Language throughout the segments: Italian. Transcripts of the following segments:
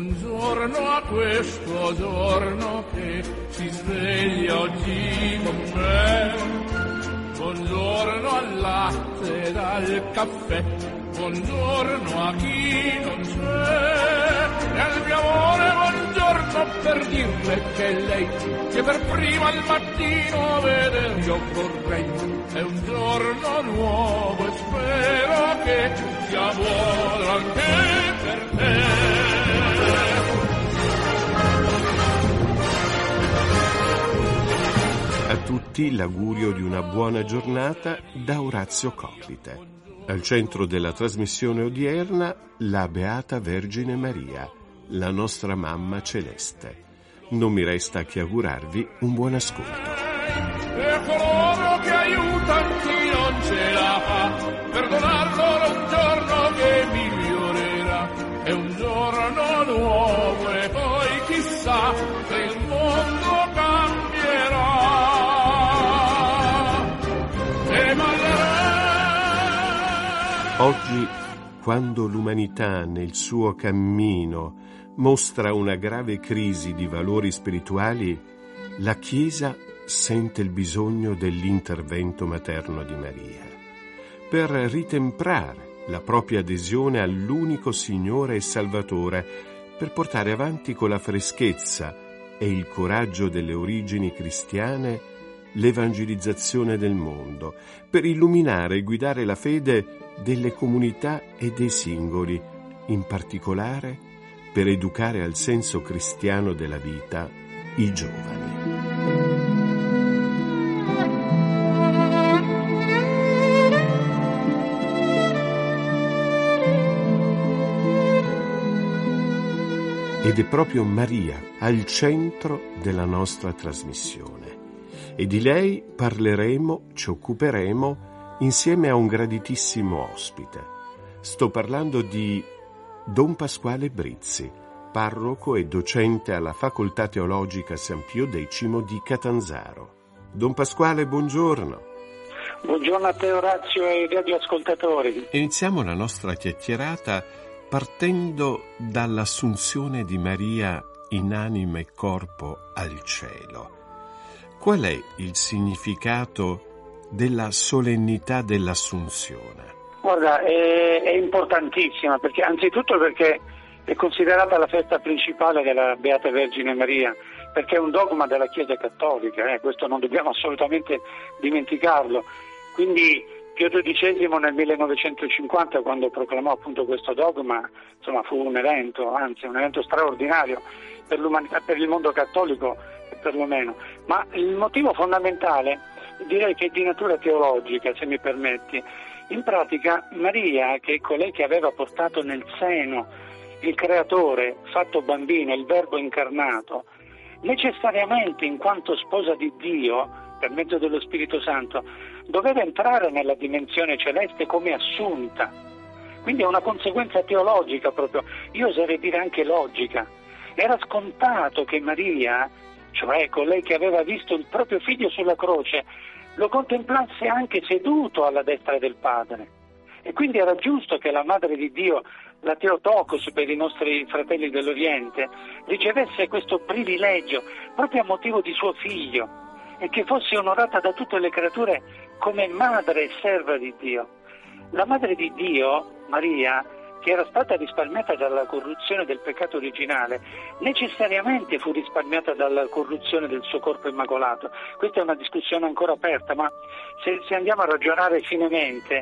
Buongiorno a questo giorno che si sveglia oggi con me. Buongiorno al latte ed al caffè, buongiorno a chi non c'è. E al mio amore buongiorno per dirle che lei, che per prima al mattino vedere io vorrei. È un giorno nuovo e spero che sia buono anche per te. A tutti l'augurio di una buona giornata da Orazio Coppite. Al centro della trasmissione odierna la Beata Vergine Maria, la nostra mamma celeste. Non mi resta che augurarvi un buon ascolto. E coloro che aiutano chi non ce la fa, perdonarlo un giorno che migliorerà. È un giorno nuovo e poi chissà se il mondo cambierà. Oggi, quando l'umanità nel suo cammino mostra una grave crisi di valori spirituali, la Chiesa sente il bisogno dell'intervento materno di Maria per ritemprare la propria adesione all'unico Signore e Salvatore, per portare avanti con la freschezza e il coraggio delle origini cristiane l'evangelizzazione del mondo, per illuminare e guidare la fede delle comunità e dei singoli, in particolare per educare al senso cristiano della vita i giovani. Ed è proprio Maria al centro della nostra trasmissione. E di lei parleremo, ci occuperemo insieme a un graditissimo ospite. Sto parlando di Don Pasquale Brizzi, parroco e docente alla Facoltà Teologica San Pio X di Catanzaro. Don Pasquale, buongiorno. Buongiorno a te Orazio e ai radioascoltatori. Iniziamo la nostra chiacchierata partendo dall'assunzione di Maria in anima e corpo al cielo. Qual è il significato della solennità dell'Assunzione? Guarda, è importantissima, perché anzitutto perché è considerata la festa principale della Beata Vergine Maria, perché è un dogma della Chiesa Cattolica, questo non dobbiamo assolutamente dimenticarlo. Quindi Pio XII nel 1950, quando proclamò appunto questo dogma, insomma fu un evento straordinario per l'umanità, per il mondo cattolico perlomeno. Ma il motivo fondamentale direi che è di natura teologica, se mi permetti. In pratica Maria, che è colei che aveva portato nel seno il Creatore fatto bambino, il Verbo incarnato, necessariamente in quanto sposa di Dio per mezzo dello Spirito Santo doveva entrare nella dimensione celeste come assunta. Quindi è una conseguenza teologica proprio, io oserei dire anche logica. Era scontato che Maria, cioè colei che aveva visto il proprio figlio sulla croce, lo contemplasse anche seduto alla destra del Padre. E quindi era giusto che la Madre di Dio, la Theotokos per i nostri fratelli dell'Oriente, ricevesse questo privilegio proprio a motivo di suo figlio e che fosse onorata da tutte le creature come madre e serva di Dio. La Madre di Dio, Maria, che era stata risparmiata dalla corruzione del peccato originale, necessariamente fu risparmiata dalla corruzione del suo corpo immacolato. Questa è una discussione ancora aperta, ma se andiamo a ragionare finemente,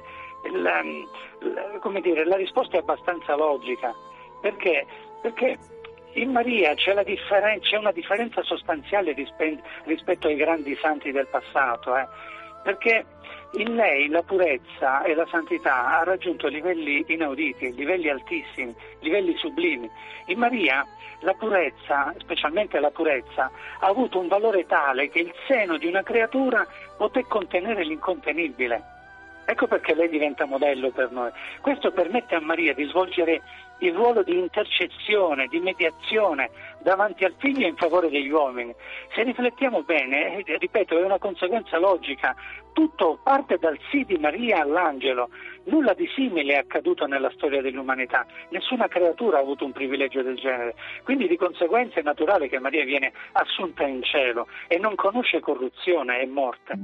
la risposta è abbastanza logica. Perché? Perché in Maria c'è una differenza sostanziale rispetto ai grandi santi del passato, perché in lei la purezza e la santità ha raggiunto livelli inauditi, livelli altissimi, livelli sublimi. In Maria la purezza, specialmente la purezza, ha avuto un valore tale che il seno di una creatura poté contenere l'incontenibile. Ecco perché lei diventa modello per noi. Questo permette a Maria di svolgere il ruolo di intercessione, di mediazione davanti al Figlio in favore degli uomini. Se riflettiamo bene, ripeto, è una conseguenza logica. Tutto parte dal sì di Maria all'angelo. Nulla di simile è accaduto nella storia dell'umanità. Nessuna creatura ha avuto un privilegio del genere. Quindi di conseguenza è naturale che Maria viene assunta in cielo e non conosce corruzione, è morta.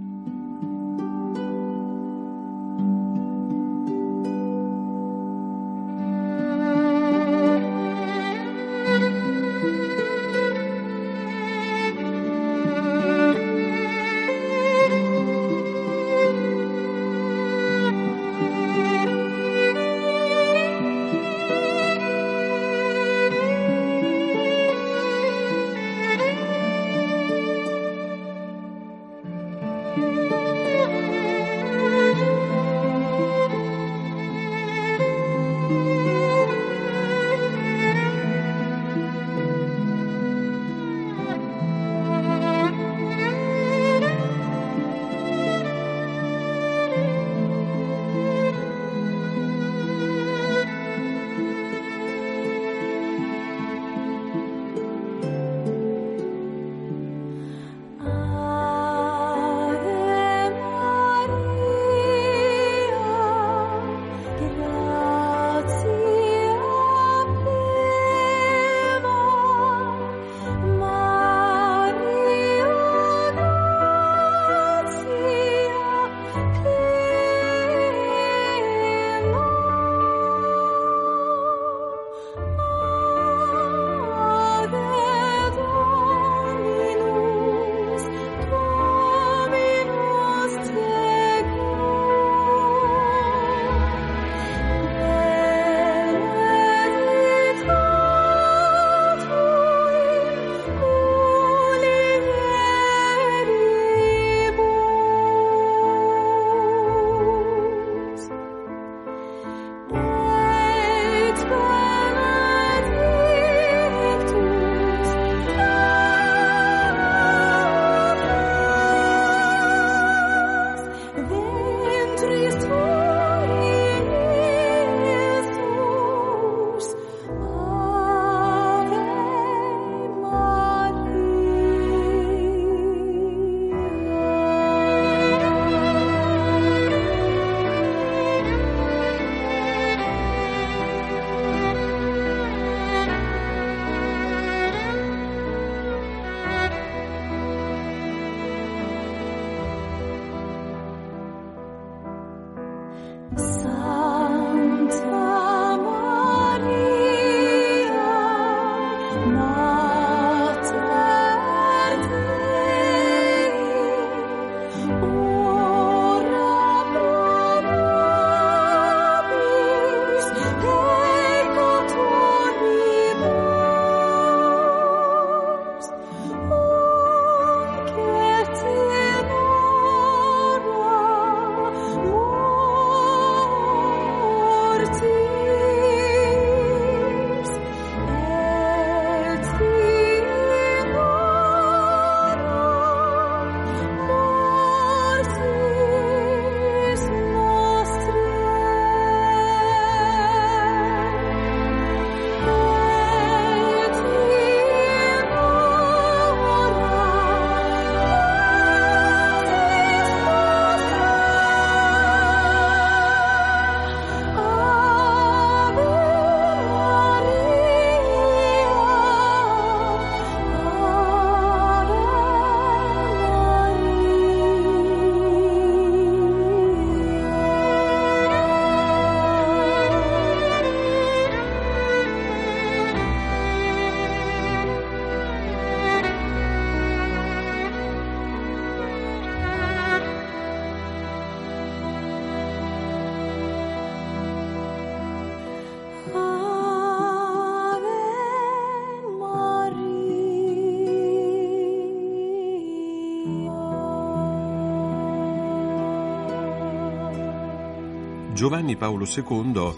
Giovanni Paolo II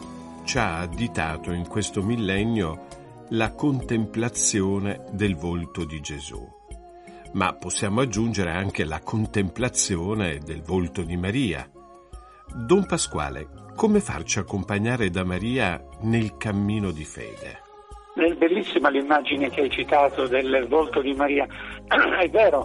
ci ha additato in questo millennio la contemplazione del volto di Gesù, ma possiamo aggiungere anche la contemplazione del volto di Maria, Don Pasquale, come farci accompagnare da Maria nel cammino di fede? È bellissima l'immagine che hai citato del volto di Maria. È vero,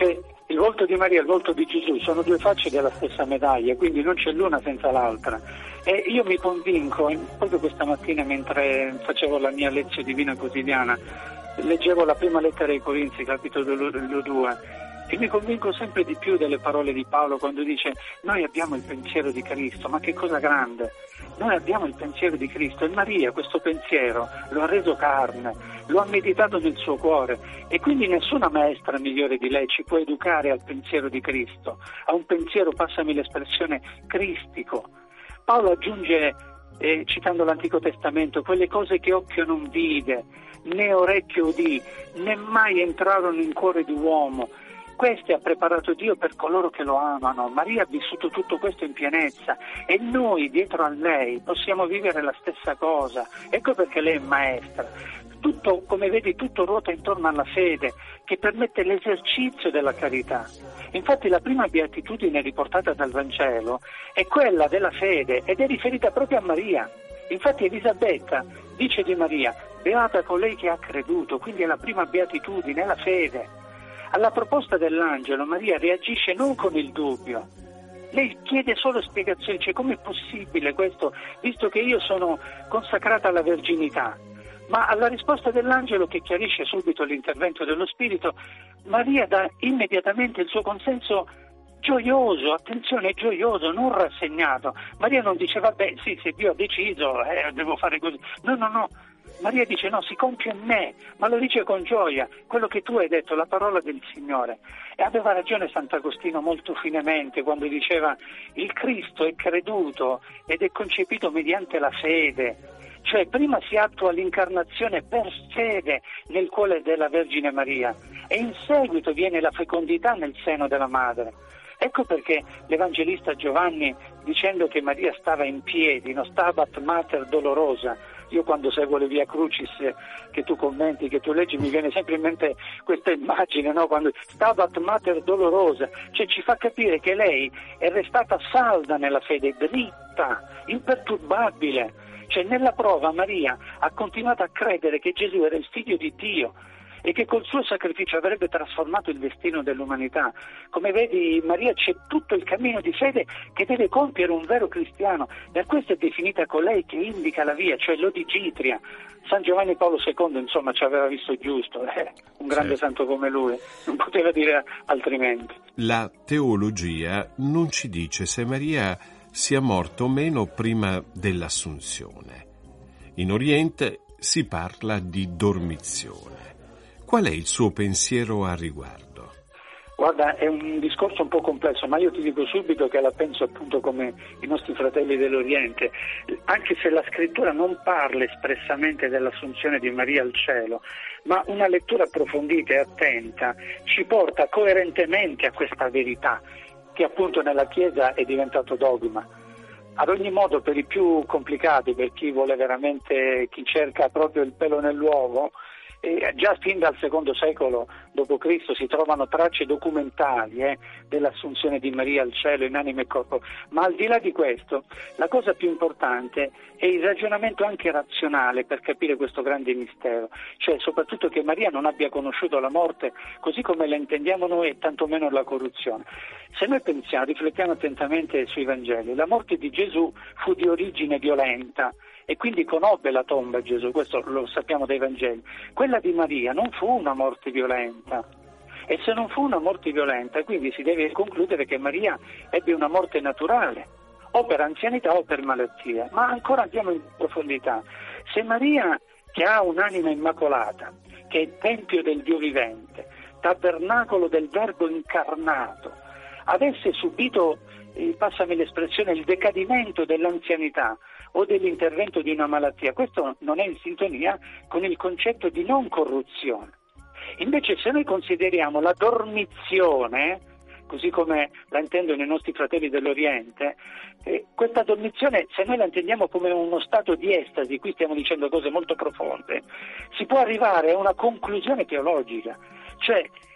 il volto di Maria e il volto di Gesù sono due facce della stessa medaglia, quindi non c'è l'una senza l'altra. E io mi convinco, proprio questa mattina mentre facevo la mia lezione divina quotidiana, leggevo la prima lettera ai Corinzi, capitolo 2, e mi convinco sempre di più delle parole di Paolo quando dice: noi abbiamo il pensiero di Cristo. Ma che cosa grande! Noi abbiamo il pensiero di Cristo, e Maria questo pensiero lo ha reso carne, lo ha meditato nel suo cuore, e quindi nessuna maestra migliore di lei ci può educare al pensiero di Cristo, a un pensiero, passami l'espressione, cristico. Paolo aggiunge, citando l'Antico Testamento, quelle cose che occhio non vide, né orecchio udì, né mai entrarono in cuore di uomo. Queste ha preparato Dio per coloro che lo amano. Maria ha vissuto tutto questo in pienezza, e noi dietro a lei possiamo vivere la stessa cosa. Ecco perché lei è maestra. Tutto, come vedi, tutto ruota intorno alla fede, che permette l'esercizio della carità. Infatti la prima beatitudine riportata dal Vangelo è quella della fede, ed è riferita proprio a Maria. Infatti Elisabetta dice di Maria: beata colei che ha creduto, quindi è la prima beatitudine, è la fede. Alla proposta dell'angelo Maria reagisce non con il dubbio, lei chiede solo spiegazioni, cioè com'è possibile questo, visto che io sono consacrata alla verginità. Ma alla risposta dell'angelo, che chiarisce subito l'intervento dello Spirito, Maria dà immediatamente il suo consenso gioioso, attenzione, gioioso, non rassegnato. Maria non dice vabbè sì, se Dio ha deciso devo fare così. No. Maria dice no, si compie in me, ma lo dice con gioia, quello che tu hai detto, la parola del Signore. E aveva ragione Sant'Agostino molto finemente quando diceva: il Cristo è creduto ed è concepito mediante la fede, cioè prima si attua l'incarnazione per fede nel cuore della Vergine Maria, e in seguito viene la fecondità nel seno della madre. Ecco perché l'Evangelista Giovanni, dicendo che Maria stava in piedi, no, stabat mater dolorosa. Io quando seguo le Via Crucis che tu commenti, che tu leggi, mi viene sempre in mente questa immagine, no? Quando stabat mater dolorosa, cioè ci fa capire che lei è restata salda nella fede, dritta, imperturbabile. Cioè nella prova Maria ha continuato a credere che Gesù era il figlio di Dio e che col suo sacrificio avrebbe trasformato il destino dell'umanità. Come vedi, Maria, c'è tutto il cammino di fede che deve compiere un vero cristiano. Per questo è definita colei che indica la via, cioè l'odigitria. San Giovanni Paolo II, insomma, ci aveva visto giusto, un grande santo come lui, non poteva dire altrimenti. La teologia non ci dice se Maria sia morta o meno prima dell'Assunzione. In Oriente si parla di dormizione. Qual è il suo pensiero a riguardo? Guarda, è un discorso un po' complesso, ma io ti dico subito che la penso appunto come i nostri fratelli dell'Oriente, anche se la scrittura non parla espressamente dell'assunzione di Maria al cielo, ma una lettura approfondita e attenta ci porta coerentemente a questa verità, che appunto nella Chiesa è diventato dogma. Ad ogni modo, per i più complicati, per chi vuole veramente, chi cerca proprio il pelo nell'uovo, già fin dal secondo secolo d.C. si trovano tracce documentali dell'assunzione di Maria al cielo in anima e corpo, ma al di là di questo la cosa più importante è il ragionamento anche razionale per capire questo grande mistero, cioè soprattutto che Maria non abbia conosciuto la morte così come la intendiamo noi e tantomeno la corruzione. Se noi pensiamo, riflettiamo attentamente sui Vangeli, la morte di Gesù fu di origine violenta e quindi conobbe la tomba Gesù, questo lo sappiamo dai Vangeli. Quella di Maria non fu una morte violenta, e se non fu una morte violenta, quindi si deve concludere che Maria ebbe una morte naturale, o per anzianità o per malattia. Ma ancora andiamo in profondità. Se Maria, che ha un'anima immacolata, che è tempio del Dio vivente, tabernacolo del Verbo incarnato, avesse subito, passami l'espressione, il decadimento dell'anzianità o dell'intervento di una malattia, questo non è in sintonia con il concetto di non corruzione. Invece se noi consideriamo la dormizione, così come la intendono i nostri fratelli dell'Oriente, questa dormizione, se noi la intendiamo come uno stato di estasi, qui stiamo dicendo cose molto profonde, si può arrivare a una conclusione teologica, cioè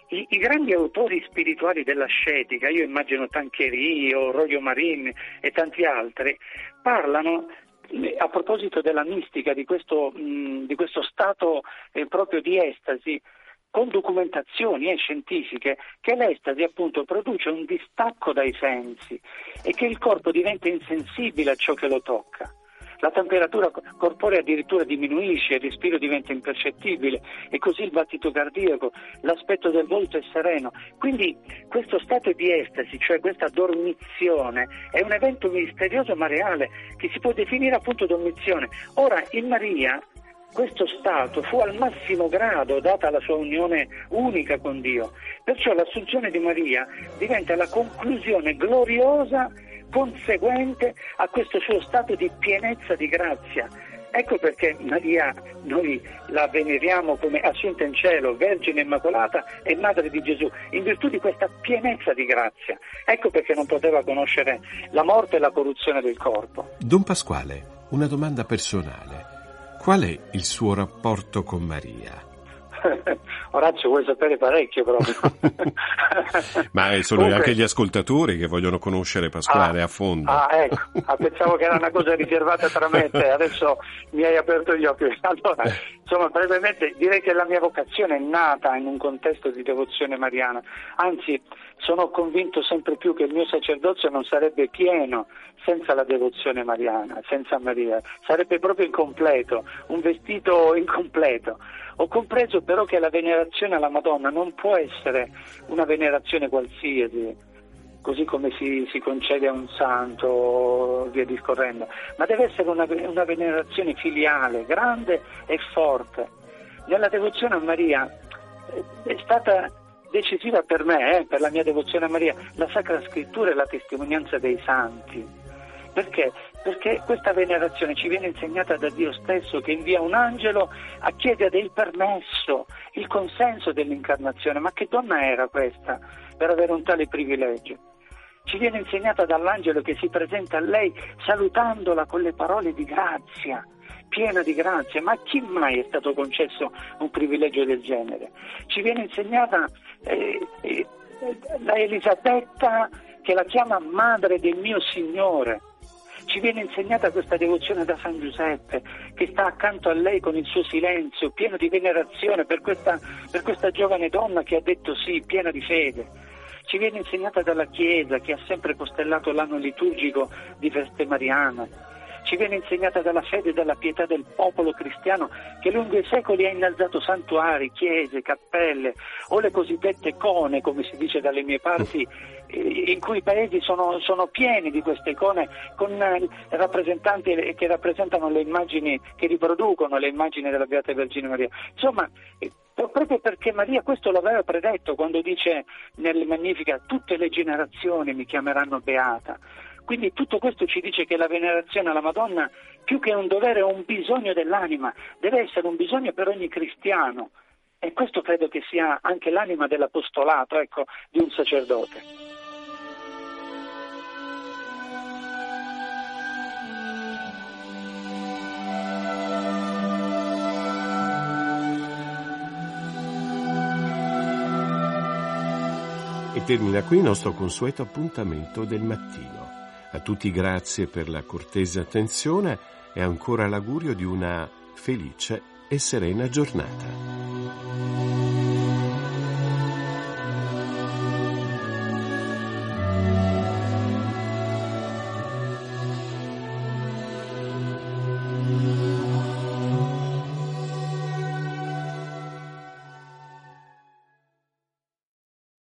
I grandi autori spirituali dell'ascetica, io immagino Tanqueray o Royo Marin e tanti altri, parlano a proposito della mistica, di questo stato proprio di estasi, con documentazioni scientifiche, che l'estasi appunto produce un distacco dai sensi e che il corpo diventa insensibile a ciò che lo tocca. La temperatura corporea addirittura diminuisce, il respiro diventa impercettibile e così il battito cardiaco, l'aspetto del volto è sereno. Quindi questo stato di estasi, cioè questa dormizione, è un evento misterioso ma reale che si può definire appunto dormizione. Ora, in Maria questo stato fu al massimo grado data la sua unione unica con Dio. Perciò l'assunzione di Maria diventa la conclusione gloriosa conseguente a questo suo stato di pienezza di grazia. Ecco perché Maria noi la veneriamo come assunta in cielo, Vergine Immacolata e Madre di Gesù, in virtù di questa pienezza di grazia. Ecco perché non poteva conoscere la morte e la corruzione del corpo. Don Pasquale, una domanda personale. Qual è il suo rapporto con Maria? Orazio, vuoi sapere parecchio proprio. Ma sono comunque anche gli ascoltatori che vogliono conoscere Pasquale a fondo. Ecco, pensavo che era una cosa riservata tra me e te, adesso mi hai aperto gli occhi. Allora, insomma, brevemente direi che la mia vocazione è nata in un contesto di devozione mariana, anzi sono convinto sempre più che il mio sacerdozio non sarebbe pieno senza la devozione mariana, senza Maria, sarebbe proprio incompleto, un vestito incompleto. Ho compreso però che la venerazione alla Madonna non può essere una venerazione qualsiasi, così come si concede a un santo, via discorrendo, ma deve essere una venerazione filiale, grande e forte. Nella devozione a Maria è stata decisiva per me, per la mia devozione a Maria, la Sacra Scrittura e la testimonianza dei santi. Perché? Perché questa venerazione ci viene insegnata da Dio stesso, che invia un angelo a chiedere il permesso, il consenso dell'incarnazione. Ma che donna era questa per avere un tale privilegio? Ci viene insegnata dall'angelo che si presenta a lei salutandola con le parole di grazia, piena di grazia. Ma a chi mai è stato concesso un privilegio del genere? Ci viene insegnata la Elisabetta che la chiama madre del mio Signore. Ci viene insegnata questa devozione da San Giuseppe, che sta accanto a lei con il suo silenzio, pieno di venerazione per questa giovane donna che ha detto sì, piena di fede. Ci viene insegnata dalla Chiesa, che ha sempre costellato l'anno liturgico di feste mariane. Ci viene insegnata dalla fede e dalla pietà del popolo cristiano, che lungo i secoli ha innalzato santuari, chiese, cappelle o le cosiddette icone, come si dice dalle mie parti, in cui i paesi sono pieni di queste icone con rappresentanti che rappresentano le immagini, che riproducono le immagini della Beata Vergine Maria. Insomma, proprio perché Maria questo l'aveva predetto quando dice nel Magnificat: tutte le generazioni mi chiameranno beata. Quindi tutto questo ci dice che la venerazione alla Madonna, più che un dovere, è un bisogno dell'anima, deve essere un bisogno per ogni cristiano. E questo credo che sia anche l'anima dell'apostolato, di un sacerdote. E termina qui il nostro consueto appuntamento del mattino. A tutti grazie per la cortese attenzione e ancora l'augurio di una felice e serena giornata.